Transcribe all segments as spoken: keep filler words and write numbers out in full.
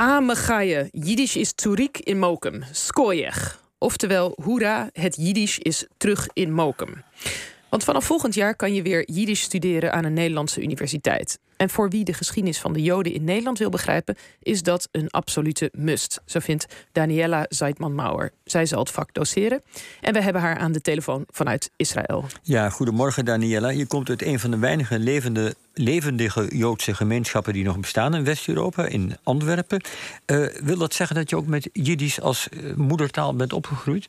Amegaye, Jiddisch is Zurich in Mokum. Skoyech. Oftewel, hoera, het Jiddisch is terug in Mokum. Want vanaf volgend jaar kan je weer Jiddisch studeren aan een Nederlandse universiteit. En voor wie de geschiedenis van de Joden in Nederland wil begrijpen, is dat een absolute must. Zo vindt Daniela Zeitman-Mauer. Zij zal het vak doseren. En we hebben haar aan de telefoon vanuit Israël. Ja, goedemorgen Daniela. Je komt uit een van de weinige levende, levendige Joodse gemeenschappen die nog bestaan in West-Europa, in Antwerpen. Uh, wil dat zeggen dat je ook met Jiddisch als uh, moedertaal bent opgegroeid?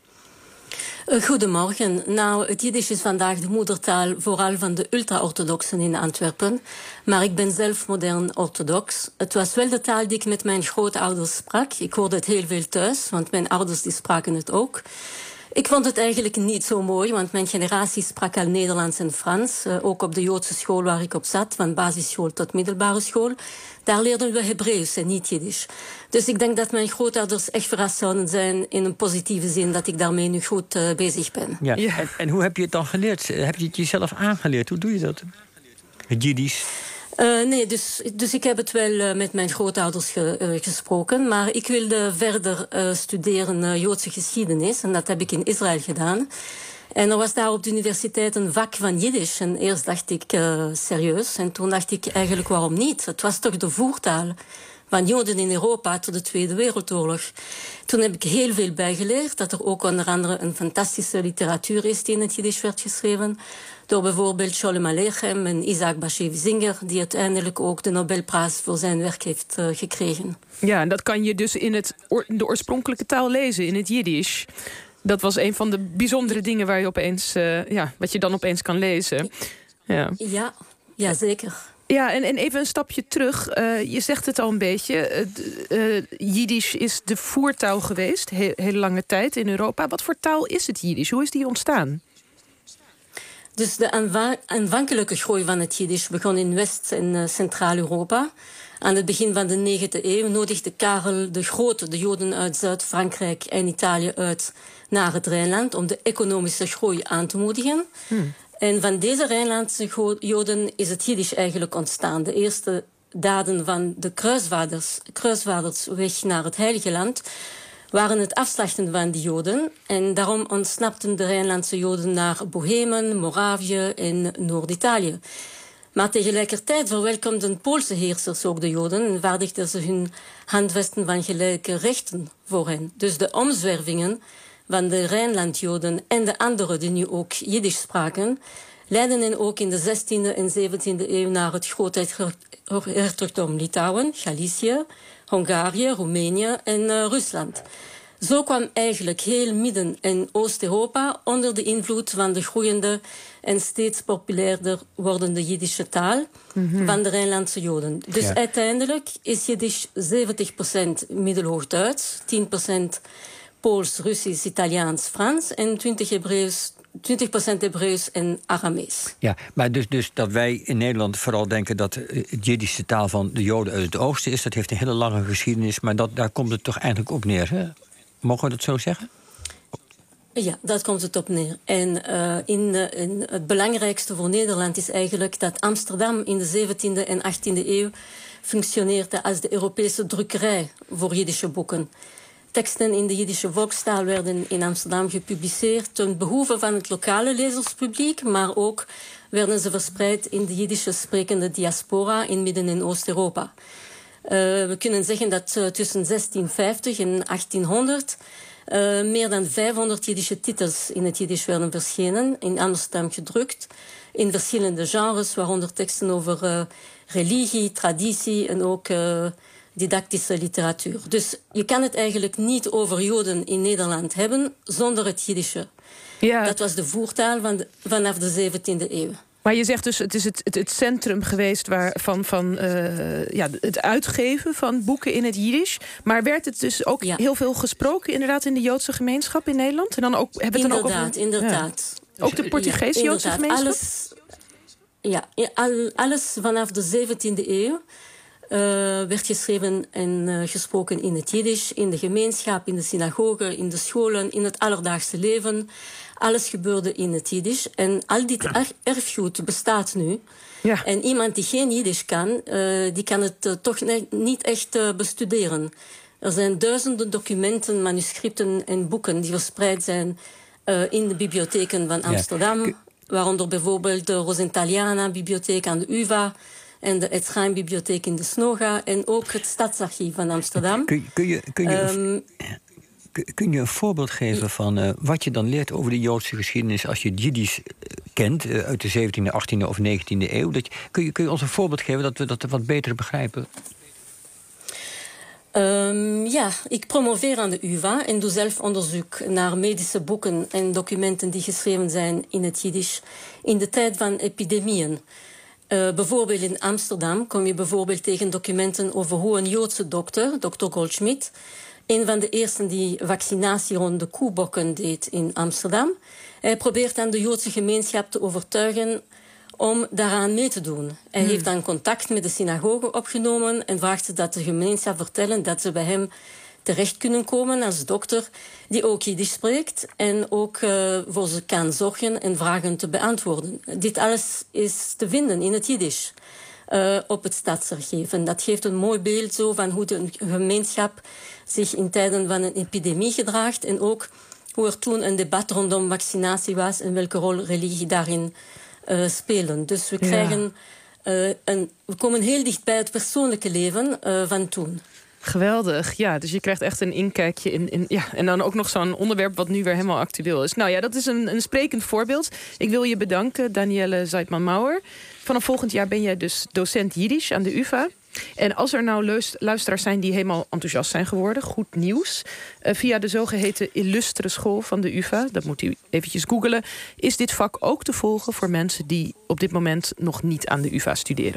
Goedemorgen. Nou, het Jiddisch is vandaag de moedertaal vooral van de ultra-orthodoxen in Antwerpen. Maar ik ben zelf modern orthodox. Het was wel de taal die ik met mijn grootouders sprak. Ik hoorde het heel veel thuis, want mijn ouders die spraken het ook. Ik vond het eigenlijk niet zo mooi, want mijn generatie sprak al Nederlands en Frans. Uh, ook op de Joodse school waar ik op zat, van basisschool tot middelbare school. Daar leerden we Hebreeuws en niet Jiddisch. Dus ik denk dat mijn grootouders echt verrast zouden zijn in een positieve zin dat ik daarmee nu goed uh, bezig ben. Ja. Ja. En, en hoe heb je het dan geleerd? Heb je het jezelf aangeleerd? Hoe doe je dat? Het Jiddisch? Uh, nee, dus, dus ik heb het wel uh, met mijn grootouders ge, uh, gesproken. Maar ik wilde verder uh, studeren uh, Joodse geschiedenis. En dat heb ik in Israël gedaan. En er was daar op de universiteit een vak van Jiddisch. En eerst dacht ik, uh, serieus. En toen dacht ik eigenlijk, waarom niet? Het was toch de voertaal van Joden in Europa tot de Tweede Wereldoorlog. Toen heb ik heel veel bijgeleerd. Dat er ook onder andere een fantastische literatuur is die in het Jiddisch werd geschreven. Door bijvoorbeeld Sholem Aleichem en Isaac Bashevis Singer, die uiteindelijk ook de Nobelprijs voor zijn werk heeft uh, gekregen. Ja, en dat kan je dus in het oor- de oorspronkelijke taal lezen, in het Jiddisch. Dat was een van de bijzondere dingen waar je opeens, uh, ja, wat je dan opeens kan lezen. Ja, ja, ja zeker. Ja, en, en even een stapje terug. Uh, je zegt het al een beetje. Uh, uh, Jiddisch is de voertaal geweest, he- hele lange tijd in Europa. Wat voor taal is het Jiddisch? Hoe is die ontstaan? Dus de aanva- aanvankelijke groei van het Jiddisch begon in West- en uh, Centraal-Europa. Aan het begin van de negentiende eeuw nodigde Karel de Grote de Joden uit Zuid-Frankrijk en Italië uit naar het Rijnland om de economische groei aan te moedigen. Hmm. En van deze Rijnlandse Joden is het Jiddisch eigenlijk ontstaan. De eerste daden van de kruisvaarders, kruisvaarders weg naar het Heilige Land waren het afslachten van die Joden. En daarom ontsnapten de Rijnlandse Joden naar Bohemen, Moravië en Noord-Italië. Maar tegelijkertijd verwelkomden Poolse heersers ook de Joden en vaardigden ze hun handvesten van gelijke rechten voor hen. Dus de omzwervingen van de Rijnlandjoden en de anderen die nu ook Jiddisch spraken, leidden hen ook in de zestiende en zeventiende eeuw naar het groothertogdom Litouwen, Galicië, Hongarije, Roemenië en uh, Rusland. Zo kwam eigenlijk heel Midden- en Oost-Europa onder de invloed van de groeiende en steeds populairder wordende Jiddische taal mm-hmm. van de Rijnlandse Joden. Dus ja. uiteindelijk is Jiddisch zeventig procent Middelhoog-Duits, tien procent Pools, Russisch, Italiaans, Frans en twintig Hebreeuws. twintig procent Hebreeuws en Aramees. Ja, maar dus, dus dat wij in Nederland vooral denken dat het Jiddische taal van de Joden uit het oosten is, dat heeft een hele lange geschiedenis, maar dat, daar komt het toch eigenlijk op neer, hè? Mogen we dat zo zeggen? Ja, dat komt het op neer. En uh, in, de, in het belangrijkste voor Nederland is eigenlijk dat Amsterdam in de zeventiende en achttiende eeuw functioneerde als de Europese drukkerij voor Jiddische boeken. Teksten in de Jiddische volkstaal werden in Amsterdam gepubliceerd ten behoeve van het lokale lezerspubliek, maar ook werden ze verspreid in de Jiddische sprekende diaspora in Midden- en Oost-Europa. Uh, we kunnen zeggen dat uh, tussen zestienhonderdvijftig en achttienhonderd uh, meer dan vijfhonderd Jiddische titels in het Jiddisch werden verschenen, in Amsterdam gedrukt, in verschillende genres, waaronder teksten over uh, religie, traditie en ook uh, didactische literatuur. Dus je kan het eigenlijk niet over Joden in Nederland hebben zonder het Jiddische. Ja. Dat was de voertaal van de, vanaf de zeventiende eeuw. Maar je zegt dus, het is het, het, het centrum geweest waar, van, van uh, ja, het uitgeven van boeken in het Jiddisch. Maar werd het dus ook ja. heel veel gesproken inderdaad in de Joodse gemeenschap in Nederland? En dan ook, hebben het inderdaad, dan ook over, inderdaad. Ja. Ook de Portugese ja, Joodse gemeenschap? Alles, ja, al, alles vanaf de zeventiende eeuw uh, werd geschreven en uh, gesproken in het Jiddisch, in de gemeenschap, in de synagoge, in de scholen, in het alledaagse leven. Alles gebeurde in het Jiddisch. En al dit er- erfgoed bestaat nu. Ja. En iemand die geen Jiddisch kan, uh, die kan het uh, toch ne- niet echt uh, bestuderen. Er zijn duizenden documenten, manuscripten en boeken die verspreid zijn uh, in de bibliotheken van Amsterdam. Ja. Waaronder bijvoorbeeld de Rosentaliana-bibliotheek aan de U vA en de Etzheim-bibliotheek in de Snoga en ook het Stadsarchief van Amsterdam. Kun, kun, je, kun, je, Um, kun je een voorbeeld geven van uh, wat je dan leert over de Joodse geschiedenis als je het Jiddisch kent uh, uit de zeventiende, achttiende of negentiende eeuw? Dat je, kun, je, kun je ons een voorbeeld geven dat we dat wat beter begrijpen? Um, ja, ik promoveer aan de U vA en doe zelf onderzoek naar medische boeken en documenten die geschreven zijn in het Jiddisch in de tijd van epidemieën. Uh, bijvoorbeeld in Amsterdam kom je bijvoorbeeld tegen documenten over hoe een Joodse dokter, dokter Goldschmidt, een van de eersten die vaccinatie rond de koebokken deed in Amsterdam. Hij probeert aan de Joodse gemeenschap te overtuigen om daaraan mee te doen. Hij hmm. heeft dan contact met de synagoge opgenomen en vraagt ze dat de gemeenschap vertellen dat ze bij hem terecht kunnen komen als dokter die ook Jiddisch spreekt en ook uh, voor ze kan zorgen en vragen te beantwoorden. Dit alles is te vinden in het Jiddisch uh, op het Stadsarchief. En dat geeft een mooi beeld zo van hoe de gemeenschap zich in tijden van een epidemie gedraagt en ook hoe er toen een debat rondom vaccinatie was en welke rol religie daarin uh, spelen. Dus we krijgen uh, een, we komen heel dicht bij het persoonlijke leven uh, van toen. Geweldig, ja. Dus je krijgt echt een inkijkje in, in... Ja, en dan ook nog zo'n onderwerp wat nu weer helemaal actueel is. Nou ja, dat is een, een sprekend voorbeeld. Ik wil je bedanken, Danielle Zeitman-Maurer. Vanaf volgend jaar ben jij dus docent Jiddisch aan de U vA. En als er nou luisteraars zijn die helemaal enthousiast zijn geworden, goed nieuws. Uh, via de zogeheten illustere school van de U vA, dat moet u eventjes googlen, is dit vak ook te volgen voor mensen die op dit moment nog niet aan de U vA studeren.